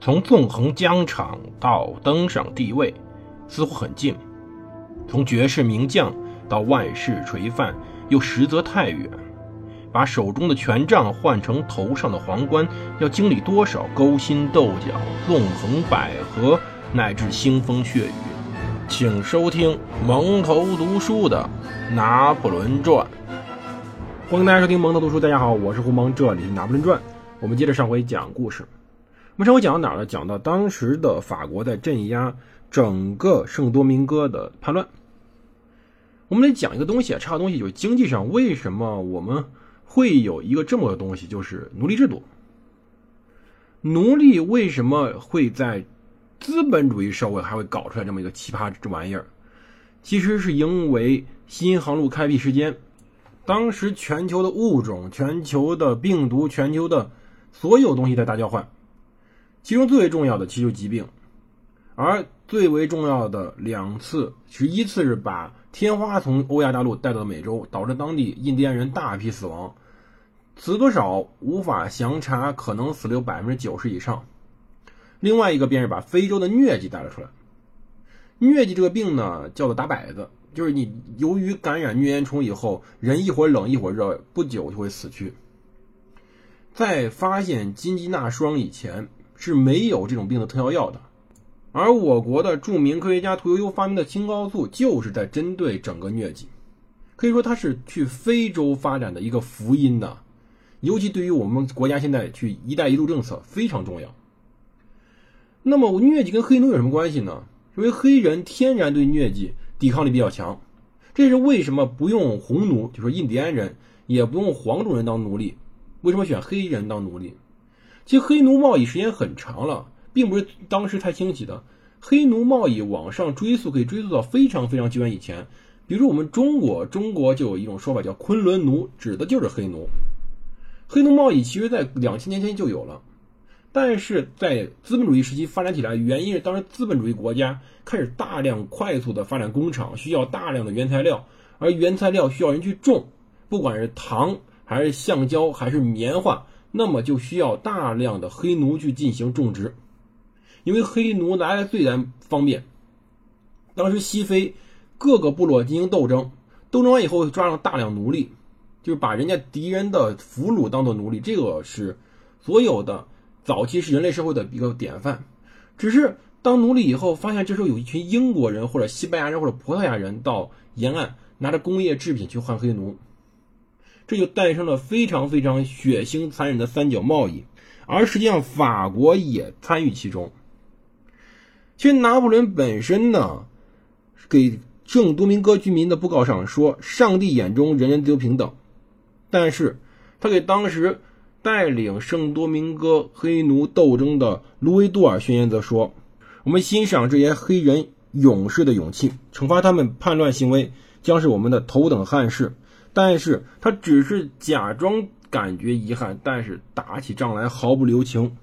从纵横疆场到登上帝位似乎很近，从绝世名将到万世垂范又实则太远。把手中的权杖换成头上的皇冠，要经历多少勾心斗角、纵横捭阖，乃至腥风血雨。请收听蒙头读书的拿破仑传。欢迎大家收听蒙头读书，大家好，我是胡蒙，这里是拿破仑传。我们接着上回讲故事。我们上回讲到哪儿呢？讲到当时的法国在镇压整个圣多明哥的叛乱。我们得讲一个东西差的东西，就是经济上为什么我们会有一个这么个东西，就是奴隶制度。奴隶为什么会在资本主义社会还会搞出来这么一个奇葩这玩意儿？其实是因为新航路开辟时间，当时全球的物种、全球的病毒、全球的所有东西在大交换，其中最为重要的其实就是疾病，而最为重要的两次，一次是把天花从欧亚大陆带到美洲，导致当地印第安人大批死亡，死多少无法详查，可能死了有 90% 以上。另外一个便是把非洲的疟疾带了出来。疟疾这个病呢，叫做打摆子，就是你由于感染疟原虫以后，人一会儿冷一会儿热，不久就会死去。在发现金鸡纳霜以前是没有这种病的特效药的，而我国的著名科学家屠呦呦发明的青蒿素就是在针对整个疟疾，可以说它是去非洲发展的一个福音的，尤其对于我们国家现在去一带一路政策非常重要。那么疟疾跟黑奴有什么关系呢？因为黑人天然对疟疾抵抗力比较强，这是为什么不用红奴，就是印第安人，也不用黄种人当奴隶，为什么选黑人当奴隶？其实黑奴贸易时间很长了，并不是当时才兴起的。黑奴贸易往上追溯，可以追溯到非常非常久远以前。比如说我们中国就有一种说法叫昆仑奴，指的就是黑奴。黑奴贸易其实在2000年前就有了，但是在资本主义时期发展起来，原因是当时资本主义国家开始大量快速的发展工厂，需要大量的原材料，而原材料需要人去种，不管是糖还是橡胶还是棉花，那么就需要大量的黑奴去进行种植。因为黑奴来的最方便，当时西非各个部落进行斗争完以后抓上大量奴隶，就是把人家敌人的俘虏当作奴隶，这个是所有的早期是人类社会的一个典范。只是当奴隶以后，发现这时候有一群英国人或者西班牙人或者葡萄牙人到沿岸拿着工业制品去换黑奴，这就诞生了非常非常血腥残忍的三角贸易，而实际上法国也参与其中。其实拿破仑本身呢，给圣多明哥居民的布告上说，上帝眼中人人自由平等，但是他给当时带领圣多明哥黑奴斗争的卢维多尔宣言则说，我们欣赏这些黑人勇士的勇气，惩罚他们叛乱行为将是我们的头等憾事，但是他只是假装感觉遗憾，但是打起仗来毫不留情。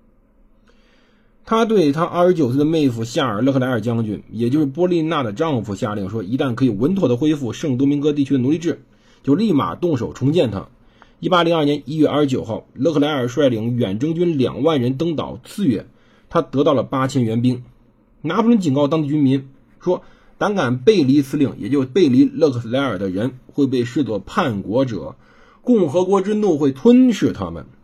他对他29岁的妹夫夏尔·勒克莱尔将军，也就是波丽娜的丈夫下令说，一旦可以稳妥的恢复圣多明哥地区的奴隶制，就立马动手重建它。1802年1月29号，勒克莱尔率领远征军2万人登岛，次月他得到了8000援兵。拿破仑警告当地居民说，胆敢背离司令，也就是背离勒克莱尔的人，会被视作叛国者，共和国之怒会吞噬他们。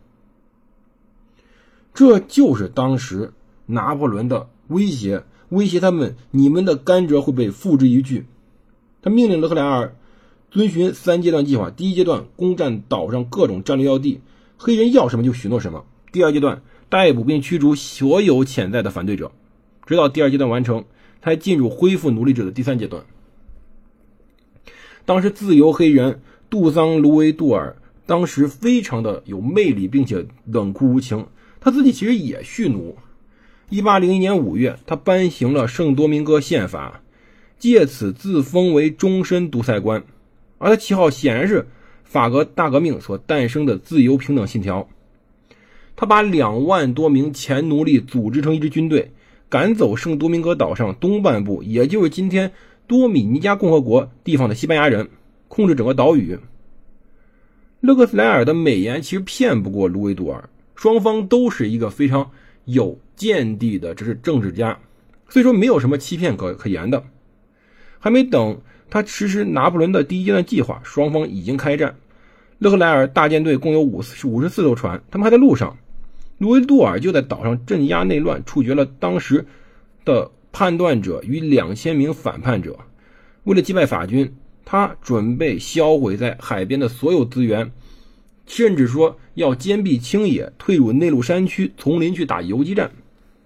这就是当时拿破仑的威胁他们，你们的甘蔗会被付之一炬。他命令勒克莱尔遵循3阶段计划，第一阶段攻占岛上各种战略要地，黑人要什么就许诺什么。第二阶段逮捕并驱逐所有潜在的反对者，直到第二阶段完成，才进入恢复奴隶制的第3阶段。当时自由黑人杜桑·卢维杜尔当时非常的有魅力，并且冷酷无情，他自己其实也蓄奴。1801年5月，他颁行了圣多明哥宪法，借此自封为终身独裁官，而他旗号显然是法国大革命所诞生的自由平等信条。他把2万多名前奴隶组织成一支军队，赶走圣多明哥岛上东半部，也就是今天多米尼加共和国地方的西班牙人，控制整个岛屿。勒克莱尔的美言其实骗不过卢维杜尔，双方都是一个非常有见地的，这是政治家，所以说没有什么欺骗可言的。还没等他实施拿破仑的第一阶段计划，双方已经开战。勒克莱尔大舰队共有54艘船，他们还在路上。卢维杜尔就在岛上镇压内乱，处决了当时的叛乱者与2000名反叛者。为了击败法军，他准备销毁在海边的所有资源，甚至说要坚壁清野，退入内陆山区丛林去打游击战。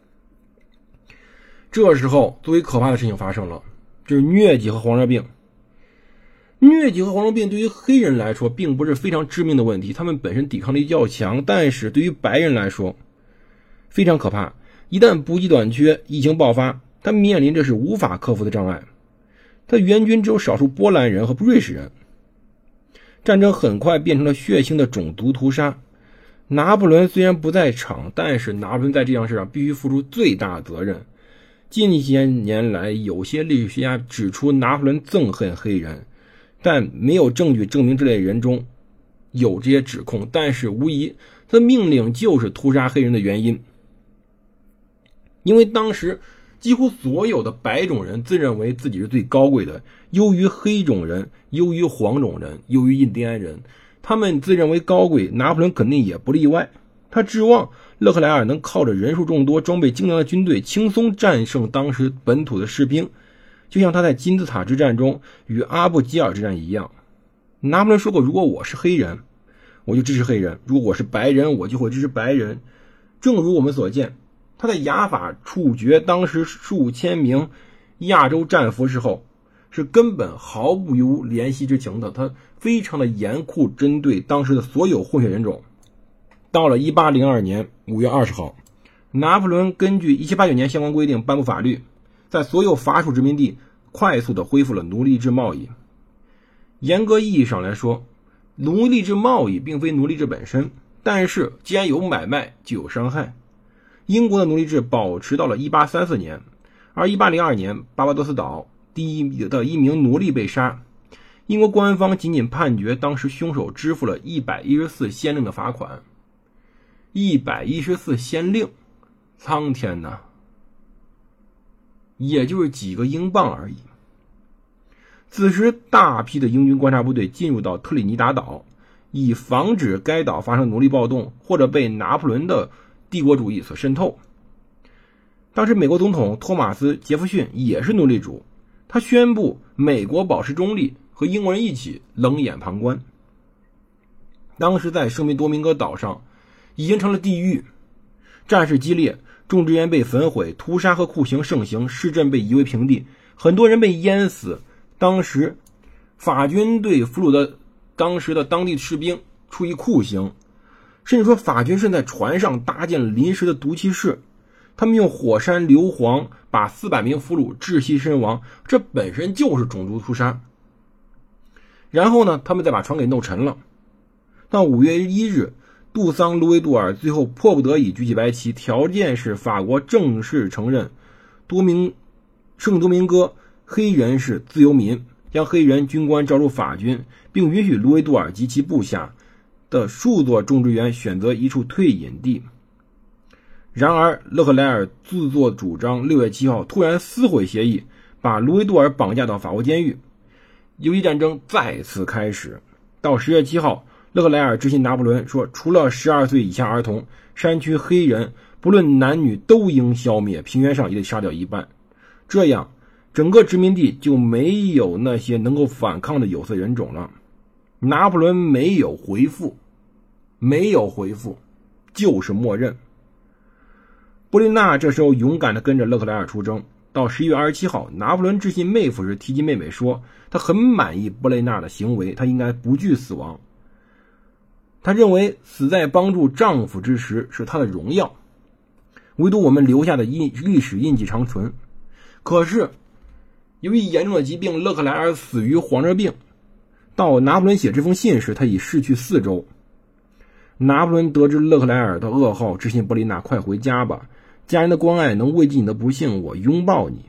这时候最为可怕的事情发生了，就是疟疾和黄热病。疟疾和黄热病对于黑人来说并不是非常致命的问题，他们本身抵抗力较强，但是对于白人来说非常可怕。一旦补给短缺，疫情爆发，他面临着是无法克服的障碍。他援军只有少数波兰人和瑞士人。战争很快变成了血腥的种族屠杀。拿破仑虽然不在场，但是拿破仑在这件事上必须付出最大责任。近些年来，有些历史学家指出拿破仑憎恨黑人，但没有证据证明这类人中有这些指控，但是无疑他的命令就是屠杀黑人的原因。因为当时几乎所有的白种人自认为自己是最高贵的，优于黑种人，优于黄种人，优于印第安人，他们自认为高贵，拿破仑肯定也不例外。他指望勒克莱尔能靠着人数众多、装备精良的军队轻松战胜当时本土的士兵，就像他在金字塔之战中与阿布吉尔之战一样。拿破仑说过，如果我是黑人，我就支持黑人；如果我是白人，我就会支持白人。正如我们所见，他在雅法处决当时数千名亚洲战俘时候，是根本毫不无怜惜之情的，他非常的严酷针对当时的所有混血人种。到了1802年5月20号，拿破仑根据1789年相关规定颁布法律，在所有法属殖民地快速的恢复了奴隶制贸易。严格意义上来说，奴隶制贸易并非奴隶制本身，但是既然有买卖就有伤害。英国的奴隶制保持到了1834年，而1802年巴巴多斯岛第一名奴隶被杀，英国官方仅仅判决当时凶手支付了114先令的罚款。114先令，苍天哪，也就是几个英镑而已。此时大批的英军观察部队进入到特立尼达岛，以防止该岛发生奴隶暴动或者被拿破仑的帝国主义所渗透。当时美国总统托马斯·杰弗逊也是奴隶主，他宣布美国保持中立，和英国人一起冷眼旁观。当时在圣多明哥岛上已经成了地狱，战事激烈，种植园被焚毁，屠杀和酷刑盛行，市镇被夷为平地，很多人被淹死。当时法军对俘虏的当时的当地士兵处以酷刑，甚至说法军是在船上搭建了临时的毒气室，他们用火山硫磺把400名俘虏窒息身亡，这本身就是种族屠杀。然后呢，他们再把船给弄沉了。到5月1日，杜桑·卢维杜尔最后迫不得已举起白旗，条件是法国正式承认圣多明哥黑人是自由民，将黑人军官招入法军，并允许卢维杜尔及其部下的数座种植园选择一处退隐地。然而勒克莱尔自作主张，6月7号突然撕毁协议，把卢维杜尔绑架到法国监狱。游击战争再次开始。到10月7号，勒克莱尔致信拿破仑说，除了12岁以下儿童，山区黑人不论男女都应消灭，平原上也得杀掉一半。这样整个殖民地就没有那些能够反抗的有色人种了。拿破仑没有回复，就是默认。波利娜这时候勇敢地跟着勒克莱尔出征。到11月27号，拿破仑致信妹夫时提及妹妹说，他很满意波利娜的行为，他应该不惧死亡。他认为死在帮助丈夫之时是他的荣耀，唯独我们留下的历史印记长存。可是由于严重的疾病，勒克莱尔死于黄热病。到拿破仑写这封信时，他已逝去4周。拿破仑得知勒克莱尔的噩耗，致信波利娜，快回家吧，家人的关爱能慰藉你的不幸，我拥抱你。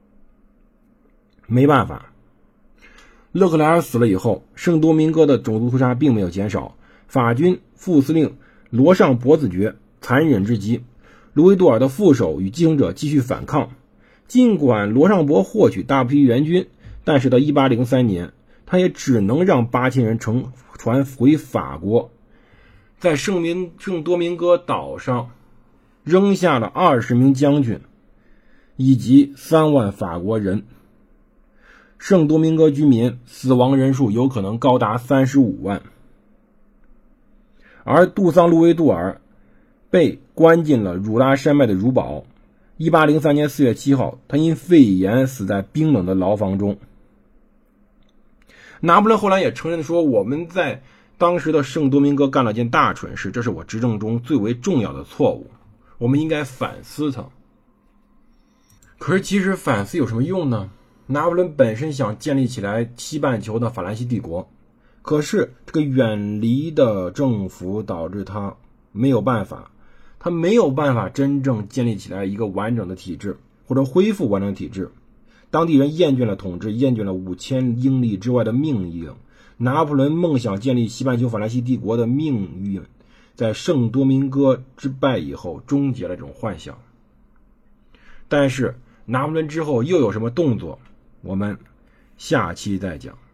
没办法，勒克莱尔死了以后，圣多明哥的种族屠杀并没有减少，法军副司令罗尚博子爵残忍至极， 卢维多尔的副手与继承者继续反抗。尽管罗尚博获取大批援军，但是到1803年，他也只能让8000人乘船回法国，在圣多明戈岛上扔下了20名将军以及3万法国人。圣多明戈居民死亡人数有可能高达35万。而杜桑·卢维杜尔被关进了汝拉山脉的汝堡。1803年4月7号，他因肺炎死在冰冷的牢房中。拿破仑后来也承认说，我们在当时的圣多明戈干了件大蠢事，这是我执政中最为重要的错误，我们应该反思它。可是其实反思有什么用呢？拿破仑本身想建立起来西半球的法兰西帝国，可是这个远离的政府导致他没有办法真正建立起来一个完整的体制，或者恢复完整的体制。当地人厌倦了统治，厌倦了5000英里之外的命运。拿破仑梦想建立西半球法兰西帝国的命运，在圣多明戈之败以后终结了这种幻想。但是拿破仑之后又有什么动作，我们下期再讲。